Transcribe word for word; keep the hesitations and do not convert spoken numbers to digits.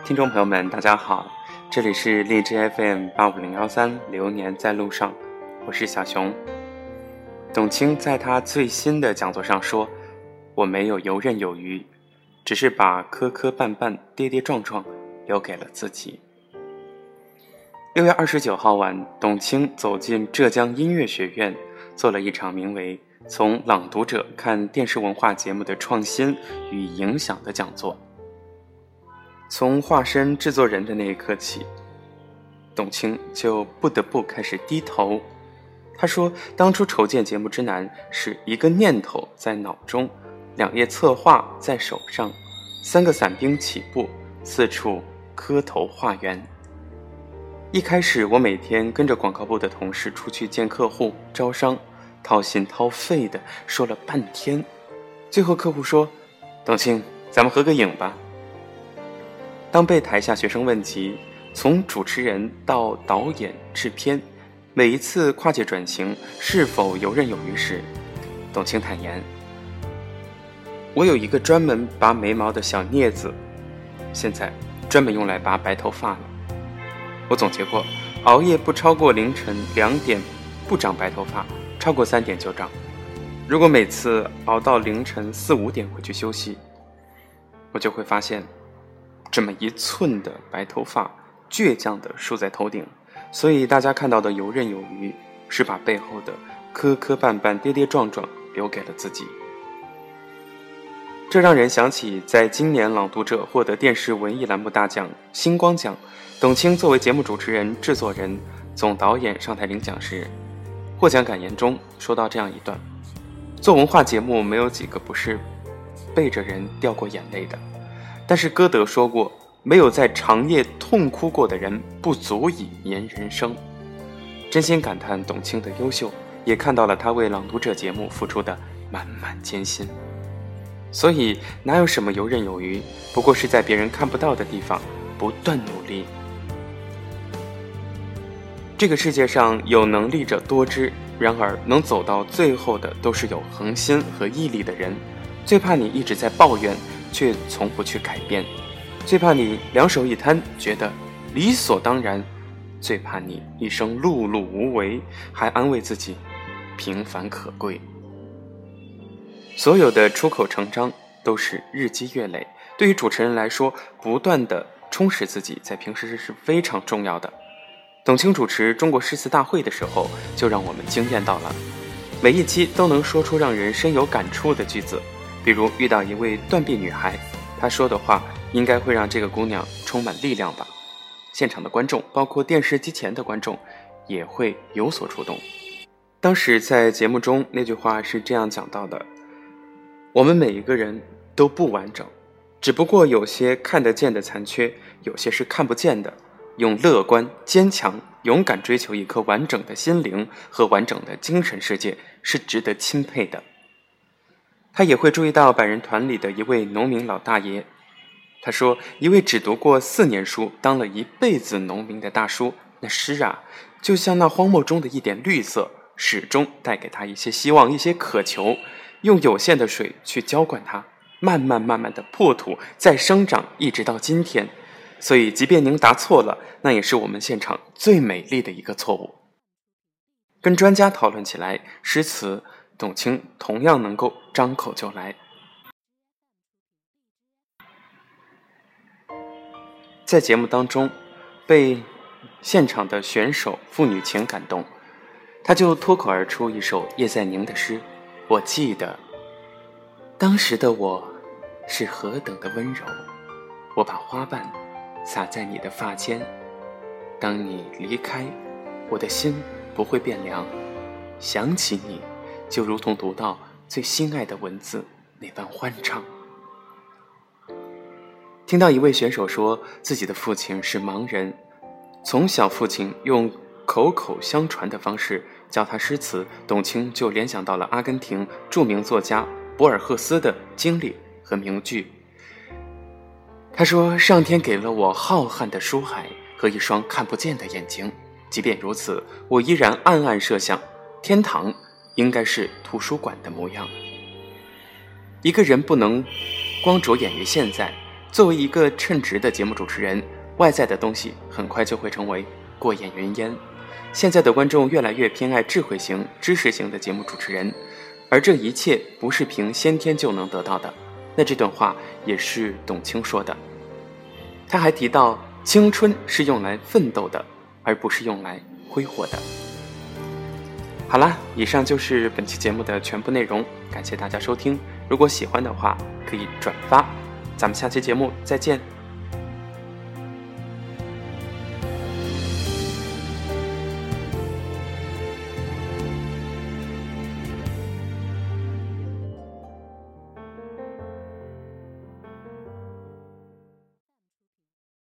听众朋友们大家好，这里是荔枝 F M 八五零幺三流年在路上，我是小熊。董卿在他最新的讲座上说，我没有游刃有余，只是把磕磕绊绊跌跌撞撞留给了自己。六月二十九号晚，董卿走进浙江音乐学院，做了一场名为从朗读者看电视文化节目的创新与影响的讲座。从化身制作人的那一刻起，董卿就不得不开始低头。他说，当初筹建节目之难是一个念头在脑中，两页策划在手上，三个伞兵起步，四处磕头画圆。一开始我每天跟着广告部的同事出去见客户招商，掏心掏肺的说了半天，最后客户说，董卿，咱们合个影吧。当被台下学生问及从主持人到导演制片，每一次跨界转型是否游刃有余时，董卿坦言，我有一个专门拔眉毛的小镊子，现在专门用来拔白头发了。我总结过，熬夜不超过凌晨两点不长白头发，超过三点就长。如果每次熬到凌晨四五点回去休息，我就会发现这么一寸的白头发倔强地竖在头顶。所以大家看到的游刃有余，是把背后的磕磕绊绊跌跌撞撞留给了自己。这让人想起在今年朗读者获得电视文艺栏目大奖星光奖，董卿作为节目主持人、制作人、总导演上台领奖时，获奖感言中说到这样一段，做文化节目没有几个不是背着人掉过眼泪的，但是歌德说过，没有在长夜痛哭过的人不足以言人生。真心感叹董卿的优秀，也看到了他为朗读者节目付出的满满艰辛。所以哪有什么游刃有余，不过是在别人看不到的地方不断努力。这个世界上有能力者多之，然而能走到最后的都是有恒心和毅力的人。最怕你一直在抱怨，却从不去改变；最怕你两手一摊，觉得理所当然；最怕你一生碌碌无为，还安慰自己平凡可贵。所有的出口成章都是日积月累，对于主持人来说，不断的充实自己在平时是非常重要的。董卿主持中国诗词大会的时候，就让我们惊艳到了，每一期都能说出让人深有感触的句子。比如遇到一位断臂女孩，她说的话应该会让这个姑娘充满力量吧。现场的观众，包括电视机前的观众，也会有所触动。当时在节目中那句话是这样讲到的，我们每一个人都不完整，只不过有些看得见的残缺，有些是看不见的。用乐观、坚强、勇敢追求一颗完整的心灵和完整的精神世界，是值得钦佩的。他也会注意到百人团里的一位农民老大爷，他说，一位只读过四年书，当了一辈子农民的大叔，那诗啊，就像那荒漠中的一点绿色，始终带给他一些希望，一些渴求，用有限的水去浇灌它，慢慢慢慢的破土，再生长，一直到今天。所以即便您答错了，那也是我们现场最美丽的一个错误。跟专家讨论起来，诗词董卿同样能够张口就来。在节目当中被现场的选手父女情感动，他就脱口而出一首叶赛宁的诗，我记得当时的我是何等的温柔，我把花瓣洒在你的发间，当你离开，我的心不会变凉，想起你就如同读到最心爱的文字那般欢畅。听到一位选手说自己的父亲是盲人，从小父亲用口口相传的方式教他诗词，董卿就联想到了阿根廷著名作家博尔赫斯的经历和名句。他说，上天给了我浩瀚的书海和一双看不见的眼睛，即便如此，我依然暗暗设想，天堂应该是图书馆的模样。一个人不能光着眼于现在， 作为一个称职的节目主持人，外在的东西很快就会成为过眼云烟。现在的观众越来越偏爱智慧型、知识型的节目主持人，而这一切不是凭先天就能得到的。那这段话也是董卿说的。他还提到，青春是用来奋斗的，而不是用来挥霍的。好啦，以上就是本期节目的全部内容，感谢大家收听。如果喜欢的话，可以转发。咱们下期节目再见。